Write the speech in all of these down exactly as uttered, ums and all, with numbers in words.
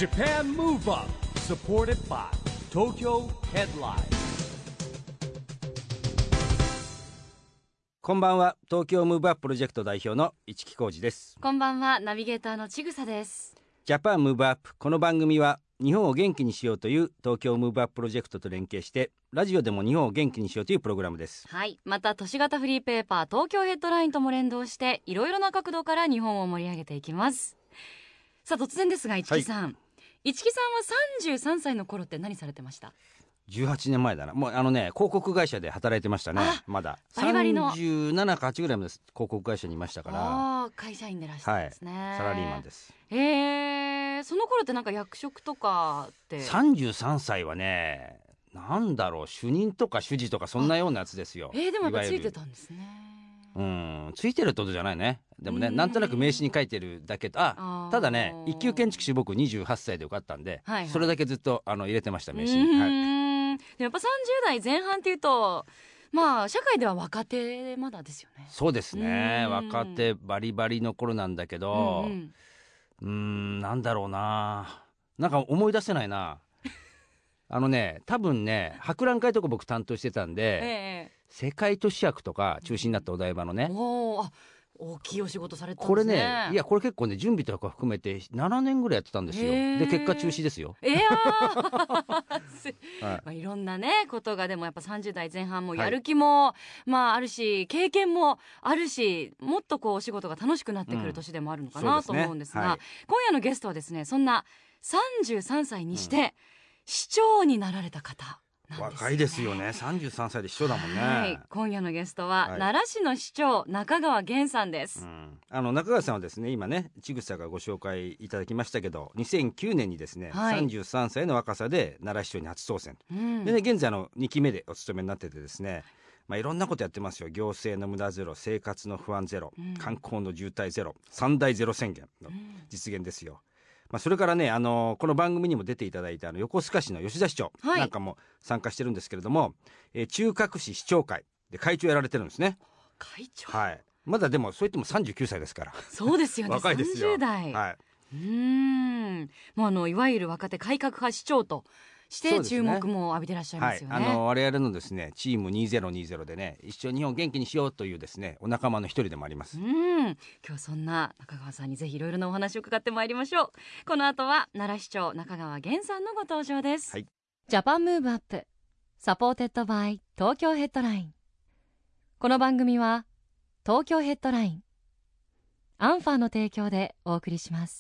Japan Move Up supported by Tokyo Headline。 こんばんは。東京ムーブアッププロジェクト代表の市木浩司です。 こんばんは。ナビゲーターのちぐさです。 ジャパンムーブアップ、この番組は日本を元気にしようという東京ムーブアッププロジェクトと連携してラジオでも日本を元気にしようというプログラムです。 はい。また都市型フリーペーパー東京ヘッドラインとも連動していろいろな角度から日本を盛り上げていきます。さあ突然ですが市木さん、はい、市木さんはさんじゅうさんさいの頃って何されてました？ じゅうはちねんまえだな。もうあのね広告会社で働いてましたね。まだバリバリのさんじゅうななかはちぐらいまで広告会社にいましたから。 あー、会社員でいらっしゃるんですね、 はい、サラリーマンです。 えー、その頃ってなんか役職とかってさんじゅうさんさいはね、なんだろう、主任とか主事とかそんなようなやつですよ。 えー、でもやっぱついてたんですね。 うん、ついてるってことじゃないね。でもね、なんとなく名刺に書いてるだけと、ああただね一級建築士僕にじゅうはっさいで受かったんで、はいはい、それだけずっとあの入れてました名刺に、はい、 やっぱさんじゅうだいぜん半っていうとまあ社会では若手まだですよね。 そうですね、若手バリバリの頃なんだけど、うん、うーんなんだろうな、なんか思い出せないなあのね多分ね博覧会とか僕担当してたんで、ええ、世界都市博とか中心になったお台場のね、 おあ大きいお仕事されてたんこですね。 れね、いやこれ結構ね準備とか含めてななねんぐらいやってたんですよ。で結果中止ですよ。 いやはい、まあ、いろんなねことがでもやっぱさんじゅうだいぜん半もやる気も、はい、まああるし経験もあるしもっとこうお仕事が楽しくなってくる年でもあるのかな、うん、と思うんですが、はい、今夜のゲストはですねそんなさんじゅうさんさいにして、うん、市長になられた方なんですよね。 若いですよね。さんじゅうさんさいで市長だもんね。 はい、今夜のゲストは、はい、奈良市の市長中川源さんです、うん、 あの中川さんはですね今ねちぐさがご紹介いただきましたけどにせんきゅうねんにですね、はい、さんじゅうさんさいの若さで奈良市長に初当選、うん、でね現在のにきめでお務めになっててですね、まあ、いろんなことやってますよ。行政の無駄ゼロ、生活の不安ゼロ、うん、観光の渋滞ゼロ、三大ゼロ宣言の実現ですよ、まあ、それからね、あのー、この番組にも出ていただいたあの横須賀市の吉田市長なんかも参加してるんですけれども、はい、えー、中核市市長会で会長やられてるんですね。 会長、 はい、まだでもそう言ってもさんじゅうきゅうさいですから。 そうですよね若いですよ。 さんじゅうだい、はい、うーんもうあのいわゆる若手改革派市長として注目も浴びてらっしゃいますよね。 はい、あの我々のですねチームにせんにじゅうでね一緒に日本を元気にしようというですねお仲間の一人でもあります。 うん今日はそんな中川さんにぜひいろいろなお話を伺ってまいりましょう。この後は奈良市長中川源さんのご登場です、はい、ジャパンムーブアップサポーテッドバイ東京ヘッドライン。この番組は東京ヘッドラインアンファーの提供でお送りします。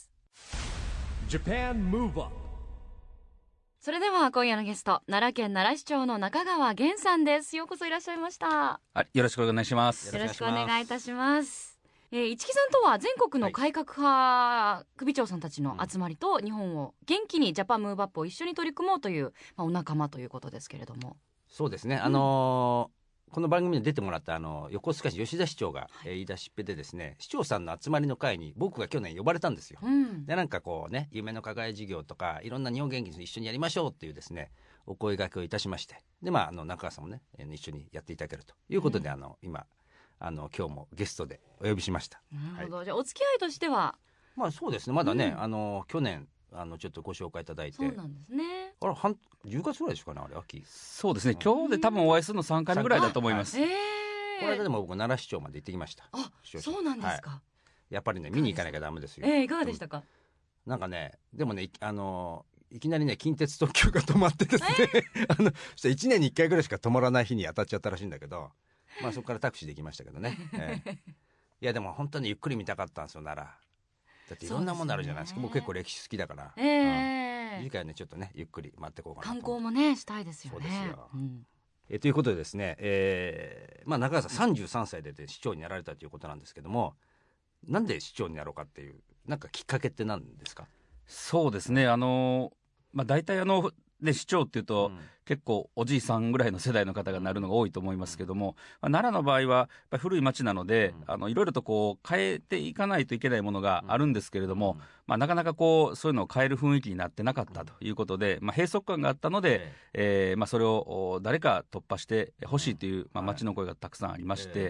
Japan Move Up。 それでは今夜のゲスト奈良県奈良市長の中川源さんです。ようこそいらっしゃいました。 あ、よろしくお願いします。 よろしくお願いいたします。えー、市木さんとは全国の改革派首長さんたちの集まりと日本を元気にジャパンムーブアップを一緒に取り組もうという、まあ、お仲間ということですけれども。 そうですね、あのーうんこの番組に出てもらったあの横須賀市吉田市長が、はいえー、言い出しっぺでですね市長さんの集まりの会に僕が去年呼ばれたんですよ、うん、でなんかこうね夢の輝事業とかいろんな日本元気に一緒にやりましょうっていうですねお声掛けをいたしまして、でまああの中川さんもね一緒にやっていただけるということで、うん、あの今あの今日もゲストでお呼びしました。 なるほど、はい、じゃあお付き合いとしてはまあそうですねまだね、うん、あの去年あのちょっとご紹介いただいて。 そうなんですね。 あれ半じゅうがつぐらいですかねあれ秋。 そうですね、今日で多分お会いするのさんかいめぐらいだと思います。 えーこの間でも僕奈良市長まで行ってきました。 あ、そうなんですか、 はい、やっぱりね見に行かなきゃダメですよ。 えー、いかがでしたか、うん、 なんかねでもねあのいきなりね近鉄特急が止まってですね、えー、あのそしたらいちねんにいっかいぐらいしか止まらない日に当たっちゃったらしいんだけど、まあそこからタクシーで行きましたけどね、えー、いやでも本当にゆっくり見たかったんですよ奈良。だっていろんなものあるじゃないですか。僕結構歴史好きだから、えーうん、次回ねちょっとねゆっくり待ってこうかなと。 観光もねしたいですよね。 そうですよ、うんえということでですね、えーまあ、中川さんさんじゅうさんさいで、で市長になられたということなんですけども、なんで市長になろうかっていうなんかきっかけって何ですか？ そうですね、あの、まあ、大体あので市長っていうと、うん、結構おじいさんぐらいの世代の方がなるのが多いと思いますけども、まあ、奈良の場合はやっぱり古い町なので、うん、あのいろいろとこう変えていかないといけないものがあるんですけれども、うんまあ、なかなかこうそういうのを変える雰囲気になってなかったということで、まあ、閉塞感があったので、うんえーまあ、それを誰か突破してほしいという、まあ、町の声がたくさんありまして、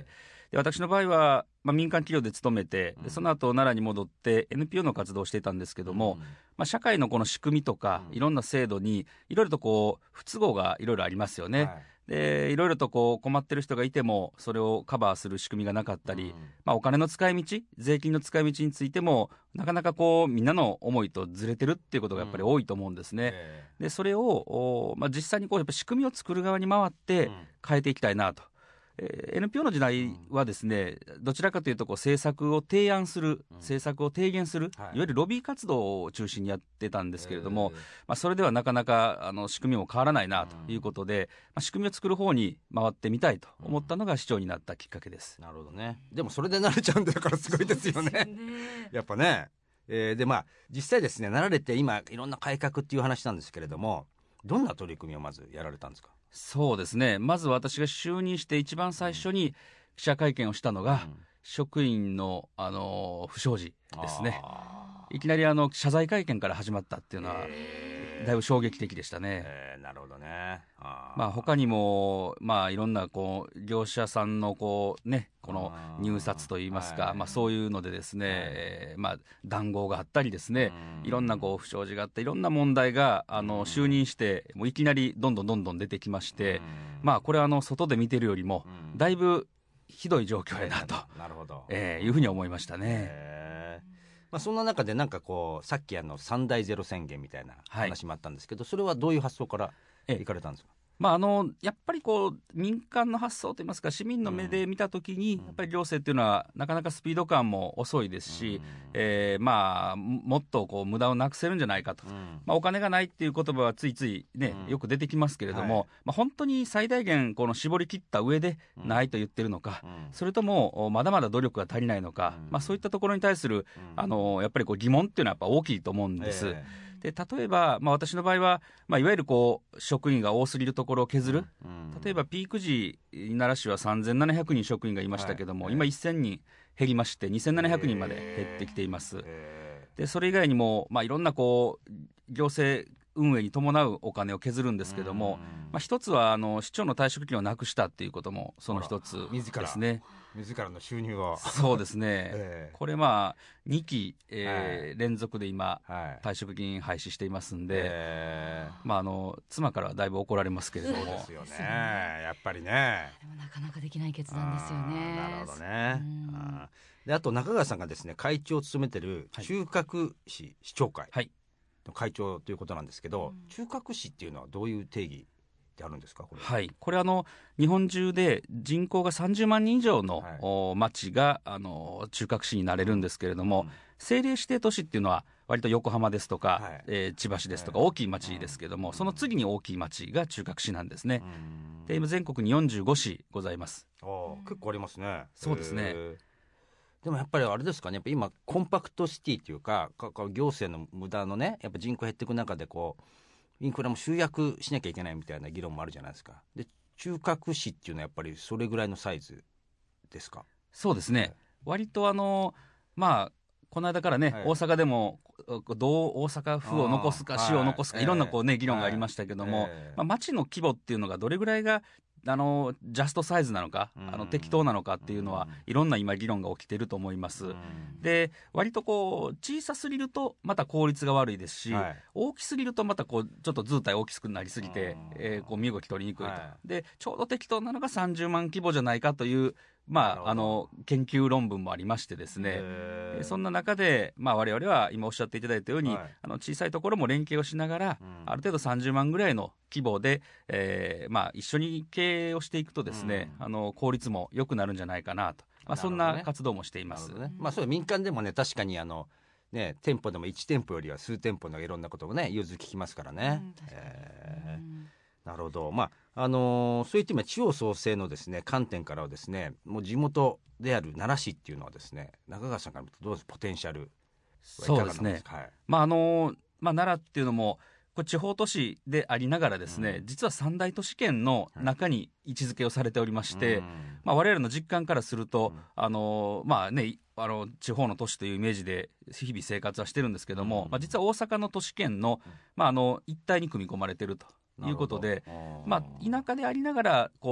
で私の場合は、まあ、民間企業で勤めて、でその後奈良に戻って エヌピーオー の活動をしていたんですけども、うん、まあ、社会のこの仕組みとか、うん、いろんな制度にいろいろとこう不都合がいろいろありますよね、はい、でいろいろとこう困ってる人がいてもそれをカバーする仕組みがなかったり、うん、まあ、お金の使い道、税金の使い道についてもなかなかこうみんなの思いとずれてるっていうことがやっぱり多いと思うんですね、うん、でそれを、まあ、実際にこうやっぱ仕組みを作る側に回って変えていきたいなと。エヌピーオー の時代はですね、どちらかというとこう政策を提案する、政策を提言する、いわゆるロビー活動を中心にやってたんですけれども、まあ、それではなかなかあの仕組みも変わらないなということで、まあ、仕組みを作る方に回ってみたいと思ったのが市長になったきっかけです。 なるほどね。でもそれで慣れちゃうんだからすごいですよねやっぱね、えー、でまあ実際ですね、なられて今いろんな改革っていう話なんですけれども、どんな取り組みをまずやられたんですか？ そうですね、まず私が就任して一番最初に記者会見をしたのが、うん、職員の、あの不祥事ですね。いきなりあの謝罪会見から始まったっていうのはだいぶ衝撃的でしたね。 えー、なるほどね。 あ、まあ、他にも、まあ、いろんなこう業者さんのこう、ね、この入札といいますか、はい、まあ、そういうのでですね、はい、えーまあ、談合があったりですね、いろんなこう不祥事があっていろんな問題があの就任してもういきなりどんどんどんどん出てきまして、まあ、これはあの外で見てるよりもだいぶひどい状況やなと、 なるほど、 えー、いうふうに思いましたね。 えーまあ、そんな中でなんかこうさっきあの三大ゼロ宣言みたいな話もあったんですけど、はい、それはどういう発想からいかれたんですか？ まあ、あのやっぱりこう民間の発想といいますか市民の目で見たときに、うん、やっぱり行政っていうのはなかなかスピード感も遅いですし、うん、えーまあ、もっとこう無駄をなくせるんじゃないかと、うん、まあ、お金がないっていう言葉はついつい、ね、うん、よく出てきますけれども、はい、まあ、本当に最大限この絞り切った上でないと言ってるのか、うん、それともまだまだ努力が足りないのか、まあ、そういったところに対する、あのやっぱりこう疑問っていうのはやっぱ大きいと思うんです、えーで例えば、まあ、私の場合は、まあ、いわゆるこう職員が多すぎるところを削る、うん、例えばピーク時奈良市はさんぜんななひゃくにん職員がいましたけども、はい、今せんにん減りましてにせんななひゃくにんまで減ってきています、えー、でそれ以外にも、まあ、いろんなこう行政運営に伴うお金を削るんですけども、まあ、一つはあの市長の退職金をなくしたっていうこともその一つですね。 自らの収入はそうですね、えー、これまあにき、えーはい、連続で今、はい、退職金廃止していますんで、えーまあ、あの妻からはだいぶ怒られますけれども。 そうですよね、やっぱりね。 でもなかなかできない決断ですよね。 なるほどね。あであと中川さんがですね会長を務めてる中核市市長会の会長ということなんですけど、はい、中核市っていうのはどういう定義あるんですか？これ、 はい、これあの日本中で人口がさんじゅうまんにん以上の、はい、町があの中核市になれるんですけれども、うん、政令指定都市っていうのは割と横浜ですとか、はい、えー、千葉市ですとか大きい町ですけれども、うん、その次に大きい町が中核市なんですね、うん、で今全国によんじゅうご市ございます。 あ結構ありますね。 そうですね。 でもやっぱりあれですかね、やっぱ今コンパクトシティっていうか行政の無駄のねやっぱ人口減っていく中でこうインフラも集約しなきゃいけないみたいな議論もあるじゃないですか。で中核市っていうのはやっぱりそれぐらいのサイズですか？ そうですね、はい、割とあのまあこの間からね、はい、大阪でもどう大阪府を残すか市を残すか、はい、いろんなこう、ね、議論がありましたけども、えーまあ、町の規模っていうのがどれぐらいがあのジャストサイズなのか、あの適当なのかっていうのはいろんな今議論が起きていると思います。で割とこう小さすぎるとまた効率が悪いですし、はい、大きすぎるとまたこうちょっと図体大きくなりすぎて、えー、こう身動き取りにくいと、はい、でちょうど適当なのがさんじゅうまん規模じゃないかというまあ、あの研究論文もありましてですね、そんな中で、まあ、我々は今おっしゃっていただいたように、はい、あの小さいところも連携をしながら、うん、ある程度さんじゅうまんぐらいの規模で、えーまあ、一緒に経営をしていくとですね、うん、あの効率も良くなるんじゃないかなと、まあ、そんな活動もしています、 ねまあ、それ民間でもね確かにあの、ね、店舗でもいち店舗よりは数店舗のいろんなことをね融通聞きますからね、うんえーなるほど、まああのー、そういった今地方創生のですね観点からはですねもう地元である奈良市っていうのはですね中川さんから見るとどうですポテンシャルはいかがなんですか？ そうですね、はいまああのーまあ、奈良っていうのもこれ地方都市でありながらですね、うん、実は三大都市圏の中に位置づけをされておりまして、うんまあ、我々の実感からすると、うんあのーまあね、あの地方の都市というイメージで日々生活はしてるんですけども、うんまあ、実は大阪の都市圏の、まあ、あの一帯に組み込まれているということで、まあ、田舎でありながらこう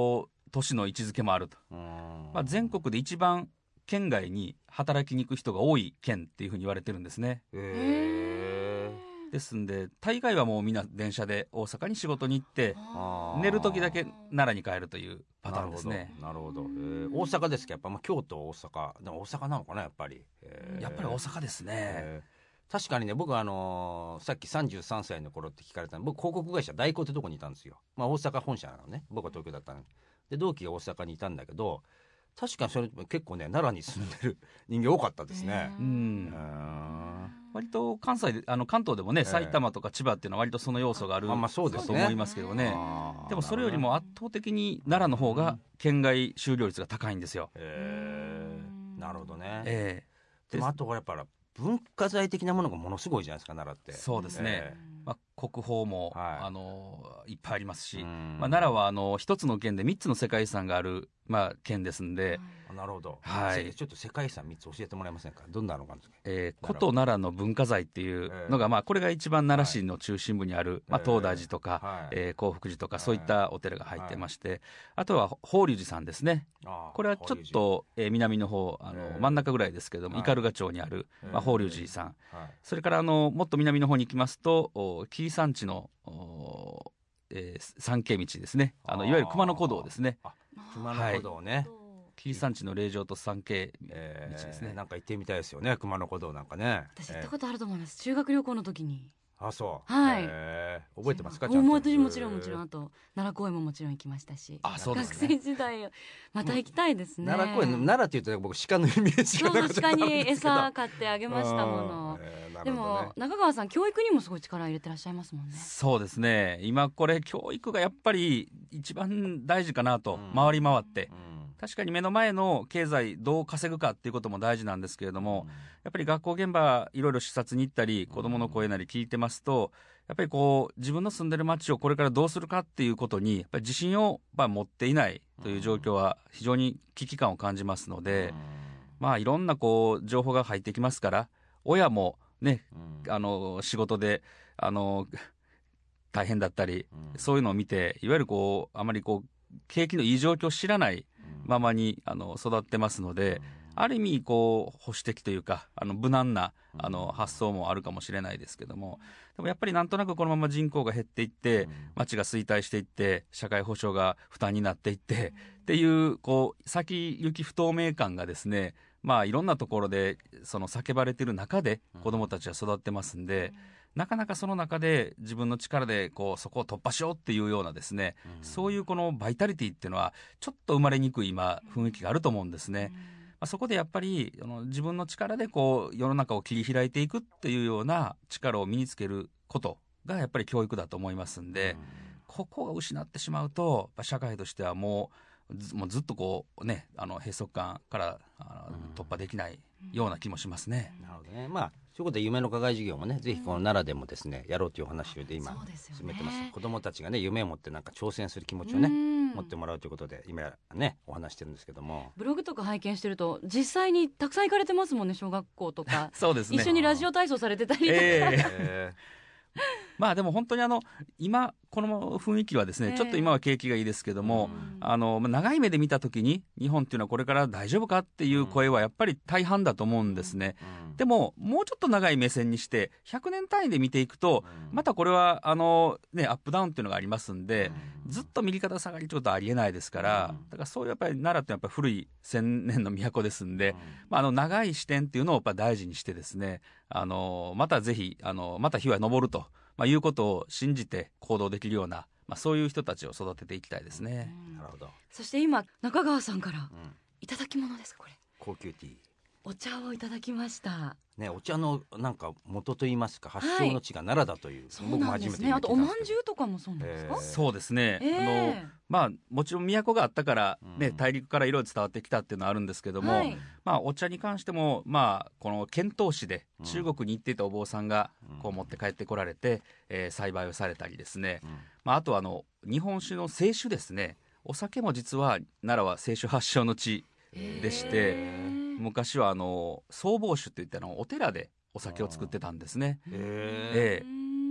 都市の位置づけもあると、まあ、全国で一番県外に働きに行く人が多い県っていうふうに言われてるんですね。 へーですんで大概はもうみんな電車で大阪に仕事に行って寝る時だけ奈良に帰るというパターンですね。 なるほど、なるほど。えー、大阪ですかやっぱ、まあ、京都大阪でも大阪なのかなやっぱり、えー、 やっぱり大阪ですね、 えー、確かにね僕はあのー、さっきさんじゅうさんさいの頃って聞かれたの僕広告会社大光ってとこにいたんですよ。まあ大阪本社なのね、僕は東京だったので同期が大阪にいたんだけど確かにそれ結構ね奈良に住んでる人間多かったですね。 うん、割と関西であの関東でもね、えー、埼玉とか千葉っていうのは割とその要素があると思いますけどね。でもそれよりも圧倒的に奈良の方が県外就業率が高いんですよ。 えー、なるほどね、 えー、でもあとはやっぱり文化財的なものがものすごいじゃないですか奈良って。 そうですね、 えーまあ、国宝も、 はい、 あのいっぱいありますし、まあ、奈良はあの一つの県でみっつの世界遺産がある、まあ、県ですんで、 うん、なるほど、 はい、 ちょっと世界遺産みっつ教えてもらえませんか。どんなのがあるんですか。 えー、古都奈良の文化財っていうのが、えーまあ、これが一番奈良市の中心部にある、はいまあ、東大寺とか、えーえー、興福寺とか、はい、そういったお寺が入ってまして、はい、あとは法隆寺さんですね。これはちょっと、えー、南の方あの、えー、真ん中ぐらいですけども、はい、斑鳩町にある、まあ、法隆寺さん、はい、それからあのもっと南の方に行きますと紀伊山地のえー、参詣道ですね。あのいわゆる熊野古道ですね。 熊野古道ね、 紀伊山地の霊場と参詣道ですね、 えー、なんか行ってみたいですよね熊野古道なんかね。 私行ったことあると思います、えー、修学旅行の時に。 あそう、 はい、 えー、覚えてますか。 ちゃんと私もちろんもちろんあと奈良公園ももちろん行きましたし。 あそうですね、 学生時代また行きたいですね。 奈良公園奈良っていうと僕鹿のイメージがなかったんですけど。 そうそう鹿に餌買ってあげましたもの、えーね、でも中川さん教育にもすごい力入れてらっしゃいますもんね。 そうですね、今これ教育がやっぱり一番大事かなと、うん、回り回って、うん確かに目の前の経済どう稼ぐかっていうことも大事なんですけれども、うん、やっぱり学校現場いろいろ視察に行ったり子どもの声なり聞いてますと、やっぱりこう自分の住んでる町をこれからどうするかっていうことにやっぱり自信をやっぱ持っていないという状況は非常に危機感を感じますので、うん、まあいろんなこう情報が入ってきますから親もね、うん、あの仕事であの大変だったり、うん、そういうのを見ていわゆるこうあまりこう景気のいい状況を知らないままにあの育ってますので、ある意味こう保守的というかあの無難なあの発想もあるかもしれないですけども、でもやっぱりなんとなくこのまま人口が減っていって町が衰退していって社会保障が負担になっていってっていうこう先行き不透明感がですね、まあいろんなところでその叫ばれている中で子どもたちは育ってますんで、なかなかその中で自分の力でこうそこを突破しようっていうようなですね、うん、そういうこのバイタリティっていうのはちょっと生まれにくい今雰囲気があると思うんですね、うんまあ、そこでやっぱりあの自分の力でこう世の中を切り開いていくっていうような力を身につけることがやっぱり教育だと思いますんで、うん、ここを失ってしまうと社会としてはもうず, もうずっとこうねあの閉塞感からあ突破できないような気もしますね、 うん、なるほどね。まあということで夢の課外事業もねぜひこの奈良でもですねやろうという話で今進めてます、ね、子どもたちがね夢を持ってなんか挑戦する気持ちをね持ってもらうということで今ねお話してるんですけども、 ブログとか拝見してると実際にたくさん行かれてますもんね小学校とかそうですね、 一緒にラジオ体操されてたりとか、 えーまあでも本当にあの今この雰囲気はですね、えー、ちょっと今は景気がいいですけども、あの長い目で見たときに日本っていうのはこれから大丈夫かっていう声はやっぱり大半だと思うんですね、うん、でももうちょっと長い目線にしてひゃくねん単位で見ていくと、うん、またこれはあの、ね、アップダウンっていうのがありますんで、うん、ずっと右肩下がりってことはありえないですから、うん、だからそういうやっぱり奈良ってやっぱり古い千年の都ですんで、うんまあ、あの長い視点っていうのをやっぱ大事にしてですね、あのまたぜひあのまた日は昇るとまあ、いうことを信じて行動できるような、まあ、そういう人たちを育てていきたいですね、 うん、なるほど。 そして今中川さんからいただき物ですかこれ。 高級ティーお茶をいただきました、 ね、お茶のなんか元といいますか発祥の地が奈良だという、 はい、僕も初めて見てたんですけど、あとおまんじゅうとかもそうなんですか、えー、 そうですね、えー、あのまあ、もちろん都があったから、ねうん、大陸からいろいろ伝わってきたっていうのはあるんですけども、はいまあ、お茶に関しても、まあ、この遣唐使で中国に行っていたお坊さんがこう持って帰ってこられて、えー、栽培をされたりですね、うんまあ、あとあの日本酒の清酒ですね、お酒も実は奈良は清酒発祥の地でして、えー昔はあの僧帽酒っていったのお寺でお酒を作ってたんですね、えー、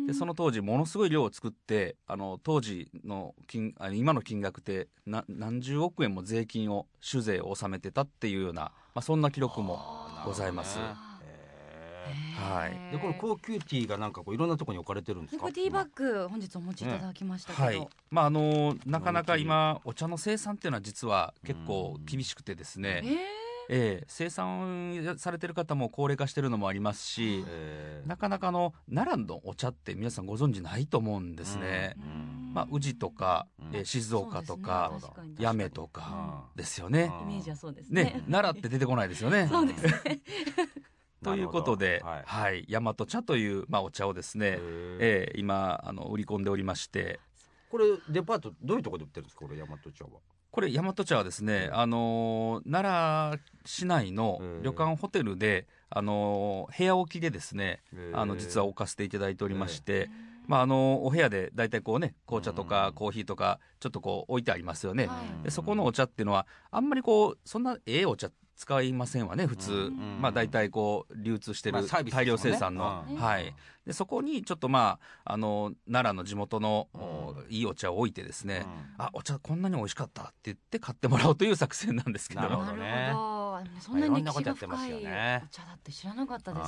でその当時ものすごい量を作って、あの当時の金あの今の金額でな何十億円も税金を酒税を納めてたっていうような、まあ、そんな記録もございます。 はい、でこの高級ティーがなんかこういろんなところに置かれてるんですか。 ティーバッグ本日お持ちいただきましたけど、 ね、はい、まああのなかなか今お茶の生産っていうのは実は結構厳しくてですね、えーえー、生産されてる方も高齢化してるのもありますし、なかなかあの奈良のお茶って皆さんご存知ないと思うんですね。まあ、宇治とか、えー、静岡とか、ね、八女とかですよね。 イメージはそうですね。 ね、奈良って出てこないですよね。 そうですね。 ということで、はいはい、大和茶という、まあ、お茶をですね、えー、今あの売り込んでおりまして。 これデパートどういうところで売ってるんですか、これ大和茶は。 これ大和茶はですね、あのー、奈良市内の旅館ホテルで、あのー、部屋置きでですね、あの実は置かせていただいておりまして、まあ、あのお部屋でだいたいこうね、紅茶とかコーヒーとかちょっとこう置いてありますよね。でそこのお茶っていうのはあんまりこうそんなええお茶使いませんわね普通、うん、まあ、大体こう流通してる大量生産の、まあね、はい、でそこにちょっとまああの奈良の地元の、うん、いいお茶を置いてですね、うん、あお茶こんなに美味しかったって言って買ってもらおうという作戦なんですけど。 なるほどね。 そんなに歴史が深いお茶だって知らなかったです。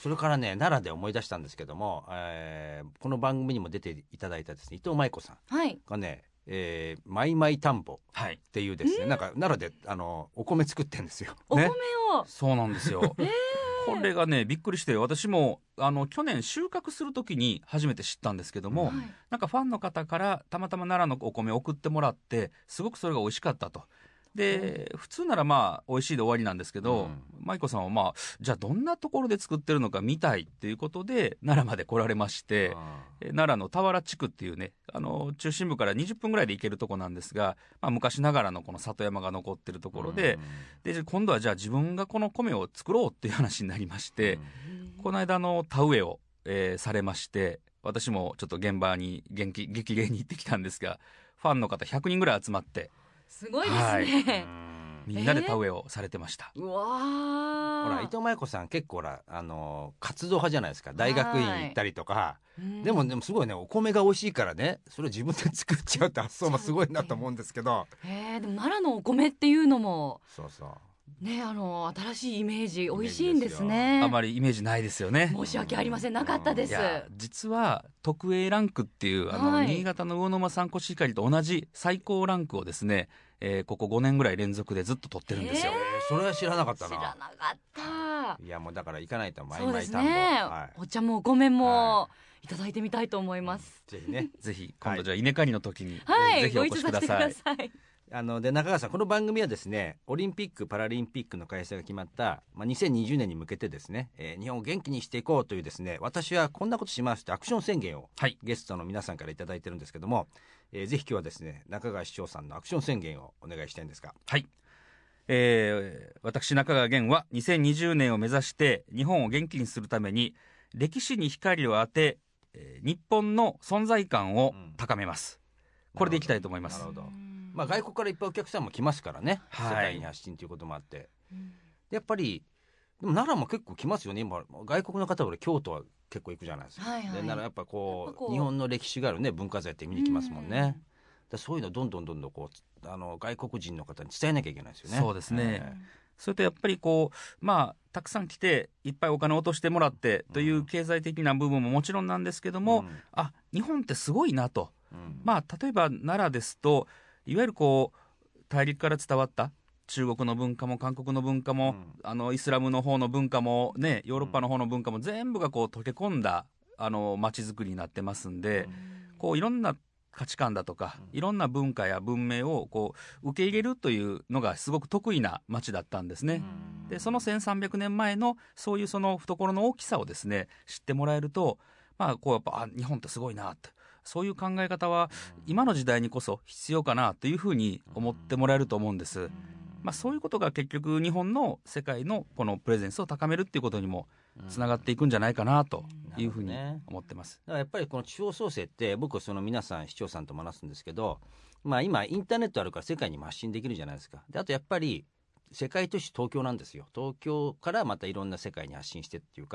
それからね奈良で思い出したんですけども、えー、この番組にも出ていただいたですね伊藤舞子さんがね、はいえー、マイマイ田んぼっていうですね、はい、なんか奈良であのお米作ってるんですよ、ね、 お米をそうなんですよ、えー、これがねびっくりして私もあの去年収穫する時に初めて知ったんですけども、はい、なんかファンの方からたまたま奈良のお米を送ってもらってすごくそれが美味しかったと。で、うん、普通ならまあ美味しいで終わりなんですけど、うん、舞子さんはまあじゃあどんなところで作ってるのか見たいっていうことで奈良まで来られまして、奈良の田原地区っていうねあの中心部からにじゅっぷんぐらいで行けるとこなんですが、まあ、昔ながらのこの里山が残ってるところで、うん、で今度はじゃあ自分がこの米を作ろうっていう話になりまして、うん、この間の田植えを、えー、されまして私もちょっと現場に元気激励に行ってきたんですがファンの方ひゃくにんぐらい集まってすごいですね、はい、 みんなで田植えをされてました、 えー、うわほら伊藤舞子さん結構ほらあの活動派じゃないですか。大学院行ったりとかでもでもすごいねお米が美味しいからねそれを自分で作っちゃうって発想もすごいなと思うんですけど、 えー、でも奈良のお米っていうのもそうそうね、あの新しいイメージ美味しいんですね。 あまりイメージないですよね。 申し訳ありませんなかったです。いや実は特 A ランクっていうあの、はい、新潟の魚沼産コシヒカリと同じ最高ランクをですね、えー、ここごねんぐらい連続でずっと取ってるんですよ、 えー、それは知らなかったな。 知らなかった。 いやもうだから行かないとマイマイ田んぼ、 ねはい、お茶もお米も、はい、いただいてみたいと思います、 うん、ぜひねぜひ今度じゃあ稲刈りの時に、 はい、 ぜひお越しください。 あので中川さんこの番組はですねオリンピック・パラリンピックの開催が決まった、まあ、にせんにじゅうねんに向けてですね、えー、日本を元気にしていこうというですね私はこんなことしますとアクション宣言を、はい、ゲストの皆さんからいただいてるんですけども、えー、ぜひ今日はですね中川市長さんのアクション宣言をお願いしたいんですが。 はい、えー、私中川源はにせんにじゅうねんを目指して日本を元気にするために歴史に光を当て、えー、日本の存在感を高めます、うん、これでいきたいと思います。 なるほど。まあ、外国からいっぱいお客さんも来ますからね、はい、世界に発信ということもあって、うん、やっぱりでも奈良も結構来ますよね。今外国の方は京都は結構行くじゃないですか、はいはい、で奈良やっぱこう、やっぱこう日本の歴史がある、ね、文化財って見に来ますもんね、うん、だそういうのどんどんどんどんこうあの外国人の方に伝えなきゃいけないですよね。 そうですね、えー、それとやっぱりこう、まあ、たくさん来ていっぱいお金を落としてもらってという経済的な部分ももちろんなんですけども、うん、あ日本ってすごいなと、うん、まあ、例えば奈良ですといわゆるこう大陸から伝わった中国の文化も韓国の文化も、うん、あのイスラムの方の文化も、ね、ヨーロッパの方の文化も全部がこう溶け込んだあの街づくりになってますんで、うん、こういろんな価値観だとか、うん、いろんな文化や文明をこう受け入れるというのがすごく得意な街だったんですね、うん、でそのせんさんびゃくねんまえのそういうその懐の大きさをですね知ってもらえると、まあ、こうやっぱあ日本ってすごいなってそういう考え方は今の時代にこそ必要かなというふうに思ってもらえると思うんです。まあ、そういうことが結局日本の世界のこのプレゼンスを高めるっていうことにもつながっていくんじゃないかなというふうに思ってます。 だからやっぱりこの地方創生って僕はその皆さん市長さんとも話すんですけど、まあ、今インターネットあるから世界にも発信できるじゃないですか。であとやっぱり世界都市東京なんですよ。東京からまたいろんな世界に発信してっていうか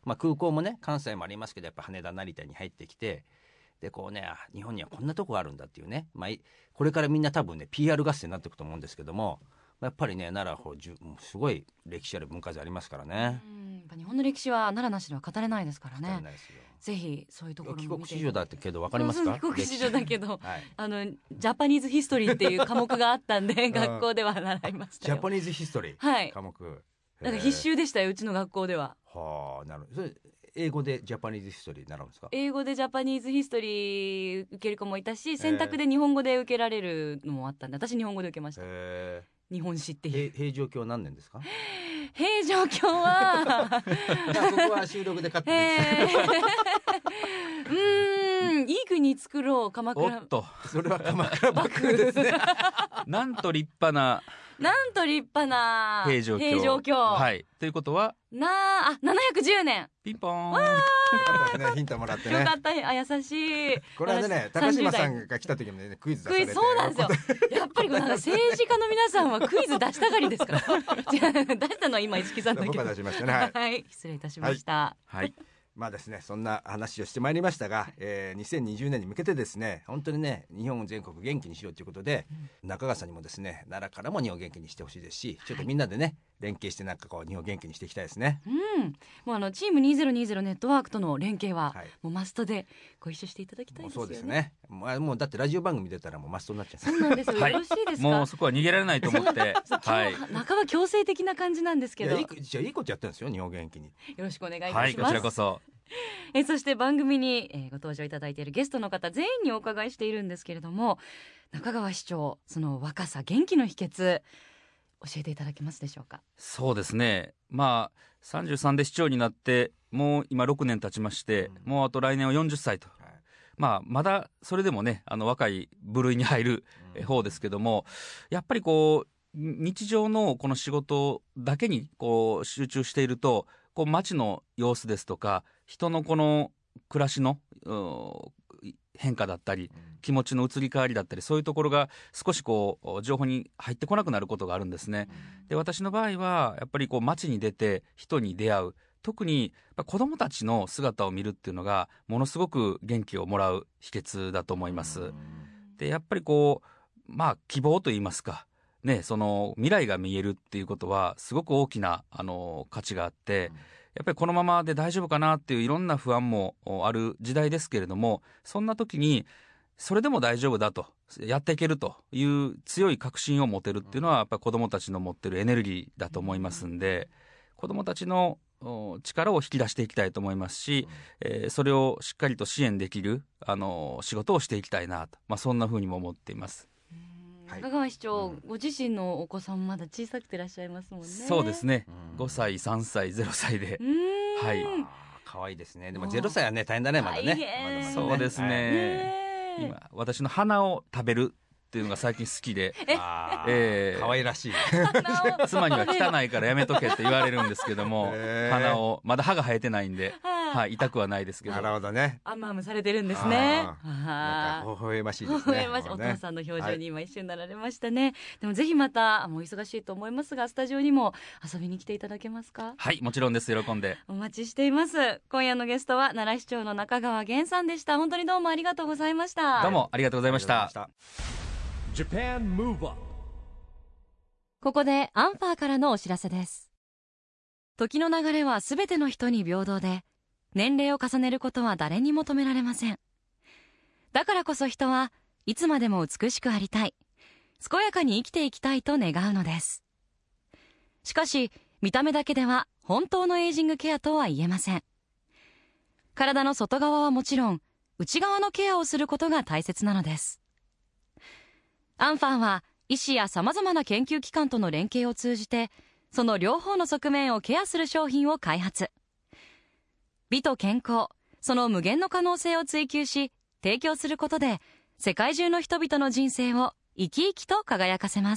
まあ、空港もね関西もありますけどやっぱ羽田成田に入ってきてでこうね日本にはこんなとこがあるんだっていうね、まあ、これからみんな多分ね ピーアール 合戦になっていくと思うんですけどもやっぱりね奈良はすごい歴史ある文化財ありますからね。 うんやっぱ日本の歴史は奈良なしでは語れないですからね。 語れないですよ。 ぜひそういうところも見て帰国子女だってけど分かりますか？ 帰国子女だけど、 はい、 あのジャパニーズヒストリーっていう科目があったんで学校では習いましたよ。 ジャパニーズヒストリー、 はい、 科目なんか必修でしたようちの学校では。 はあ、なるほど。それ英語でジャパニーズヒストリー習うんですか？ 英語でジャパニーズヒストリー受ける子もいたし選択で日本語で受けられるのもあったんで私日本語で受けました。 へ日本史っていう。 平城京何年ですか？ 平城京はここは収録でカットできうーんいい国作ろう鎌倉。 おっとそれは鎌倉幕府ですねなんと立派ななんと立派な平城京。 平城京、 はい、ということはなあななひゃくじゅうねん。 ピンポーン。 よかったですね、ヒントもらってね。 よかったあ優しい。 これはね高島さんが来た時もねクイズ出されて。 クイズそうなんですよやっぱりこの政治家の皆さんはクイズ出したがりですから出したのは今市木さんだけど僕が出しましたね、はい、 はい、失礼いたしました。 はい、はいまあですね、そんな話をしてまいりましたが、えー、にせんにじゅうねんに向けてですね本当にね日本全国元気にしようということで、うん、中川さんにもですね奈良からも日本元気にしてほしいですしちょっとみんなでね、はい、連携してなんかこう日本元気にしていきたいですね。 うん、もうあのチームにせんにじゅうネットワークとの連携は、はい、もうマストでご一緒していただきたいですよね。 もうそうですね。もう、もうだってラジオ番組出たらもうマストになっちゃう。 そうなんですよ、はい、よろしいですか？ もうそこは逃げられないと思ってはい、 半ば強制的な感じなんですけどいやいいじゃあいいことやってるんですよ日本元気に。 よろしくお願いいたします。 はい、こちらこそ。 えそして番組に、えー、ご登場いただいているゲストの方全員にお伺いしているんですけれども中川市長その若さ元気の秘訣教えていただけますでしょうか？ そうですね、まあさんじゅうさんで市長になってもう今ろくねん経ちまして、うん、もうあと来年はよんじゅっさいと、はい、まあまだそれでもねあの若い部類に入る方ですけども、うん、やっぱりこう日常のこの仕事だけにこう集中しているとこう街の様子ですとか人のこの暮らしの変化だったり気持ちの移り変わりだったりそういうところが少しこう情報に入ってこなくなることがあるんですね。で私の場合はやっぱりこう街に出て人に出会う特に子どもたちの姿を見るっていうのがものすごく元気をもらう秘訣だと思います。でやっぱりこうまあ希望といいますかね、その未来が見えるっていうことはすごく大きなあの価値があって、うん、やっぱりこのままで大丈夫かなっていういろんな不安もある時代ですけれどもそんな時にそれでも大丈夫だとやっていけるという強い確信を持てるっていうのはやっぱり子どもたちの持ってるエネルギーだと思いますんで、うん、子どもたちの力を引き出していきたいと思いますし、うんえー、それをしっかりと支援できるあの仕事をしていきたいなと、まあ、そんなふうにも思っています。 中川市長、うん、ご自身のお子さんもまだ小さくていらっしゃいますもんね。 そうですね、うん、ごさいさんさいゼロさいではい可愛いですね。でもゼロさいはね大変だねまだね、まだまだね。 そうですね、はい、今私の鼻を食べるっていうのが最近好きであ、えー、可愛らしい妻には汚いからやめとけって言われるんですけども、えー、鼻をまだ歯が生えてないんではい、痛くはないですけど。 なるほどね。 あんまんむされてるんですね。 なんか微笑ましいですね。 微笑ましい、お父さんの表情に今一瞬なられましたね。はい、でもぜひまたもう忙しいと思いますがスタジオにも遊びに来ていただけますか？ はい、もちろんです。喜んでお待ちしています。今夜のゲストは奈良市長の中川源さんでした。本当にどうもありがとうございました。 どうもありがとうございました。 ここでアンファーからのお知らせです。時の流れはすべての人に平等で年齢を重ねることは誰にも止められません。だからこそ人はいつまでも美しくありたい、健やかに生きていきたいと願うのです。しかし見た目だけでは本当のエイジングケアとは言えません。体の外側はもちろん内側のケアをすることが大切なのです。アンファンは医師やさまざまな研究機関との連携を通じてその両方の側面をケアする商品を開発。美と健康、その無限の可能性を追求し提供することで世界中の人々の人生を生き生きと輝かせます。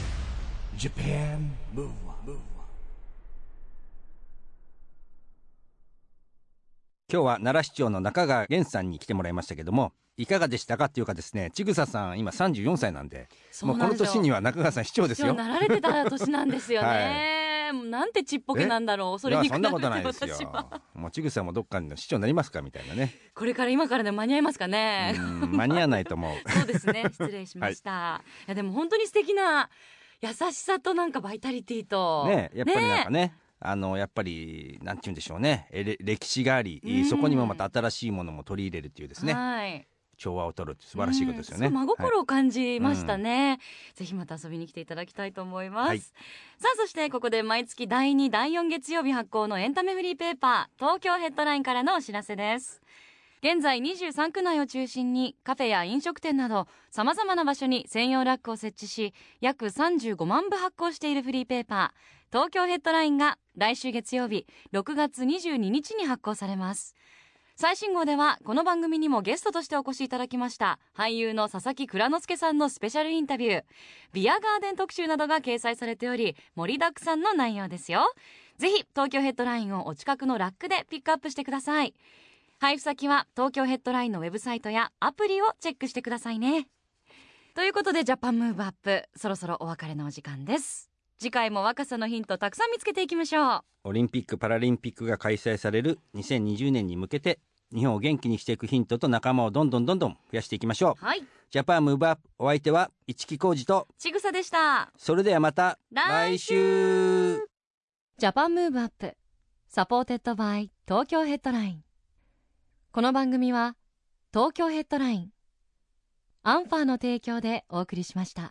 今日は奈良市長の中川源さんに来てもらいましたけどもいかがでしたかっていうかですねちぐささん今さんじゅうよんさいなんでもうこの年には中川さん市長ですよ。 なられてた年なんですよね、はいね、なんてちっぽけなんだろう。それに比べてそんなことないですよ。 私はもうちぐさもどっかの市長になりますかみたいなね。 これから今からで間に合いますかね。 うん間に合わないと思う。 そうですね、失礼しました、はい、いやでも本当に素敵な優しさとなんかバイタリティとね、やっぱりなんかね、ね、あのやっぱりなんて言うんでしょうね、え歴史があり、うん、そこにもまた新しいものも取り入れるっていうですね、はい、調和を取るって素晴らしいことですよね、 うん、真心を感じましたね、はい、ぜひまた遊びに来ていただきたいと思います、はい、さあそしてここで毎月だいにだいよん月曜日発行のエンタメフリーペーパー東京ヘッドラインからのお知らせです。現在にじゅうさん区内を中心にカフェや飲食店などさまざまな場所に専用ラックを設置し、約さんじゅうごまんぶ発行しているフリーペーパー東京ヘッドラインが来週月曜日ろくがつにじゅうににちに発行されます。最新号ではこの番組にもゲストとしてお越しいただきました俳優の佐々木蔵之介さんのスペシャルインタビュー、ビアガーデン特集などが掲載されており、盛りだくさんの内容ですよ。ぜひ東京ヘッドラインをお近くのラックでピックアップしてください。配布先は東京ヘッドラインのウェブサイトやアプリをチェックしてくださいね。ということでジャパンムーブアップ、そろそろお別れのお時間です。次回も若さのヒントたくさん見つけていきましょう。 オリンピック・パラリンピックが開催されるにせんにじゅうねんに向けて日本を元気にしていくヒントと仲間をどんどんどんどん増やしていきましょう、はい、ジャパンムーブアップ、お相手は市木浩二とちぐさでした。 それではまた来週。 ジャパンムーブアップサポーテッドバイ東京ヘッドライン。この番組は東京ヘッドライン、アンファーの提供でお送りしました。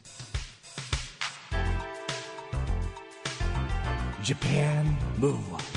ジャパンムーブアップ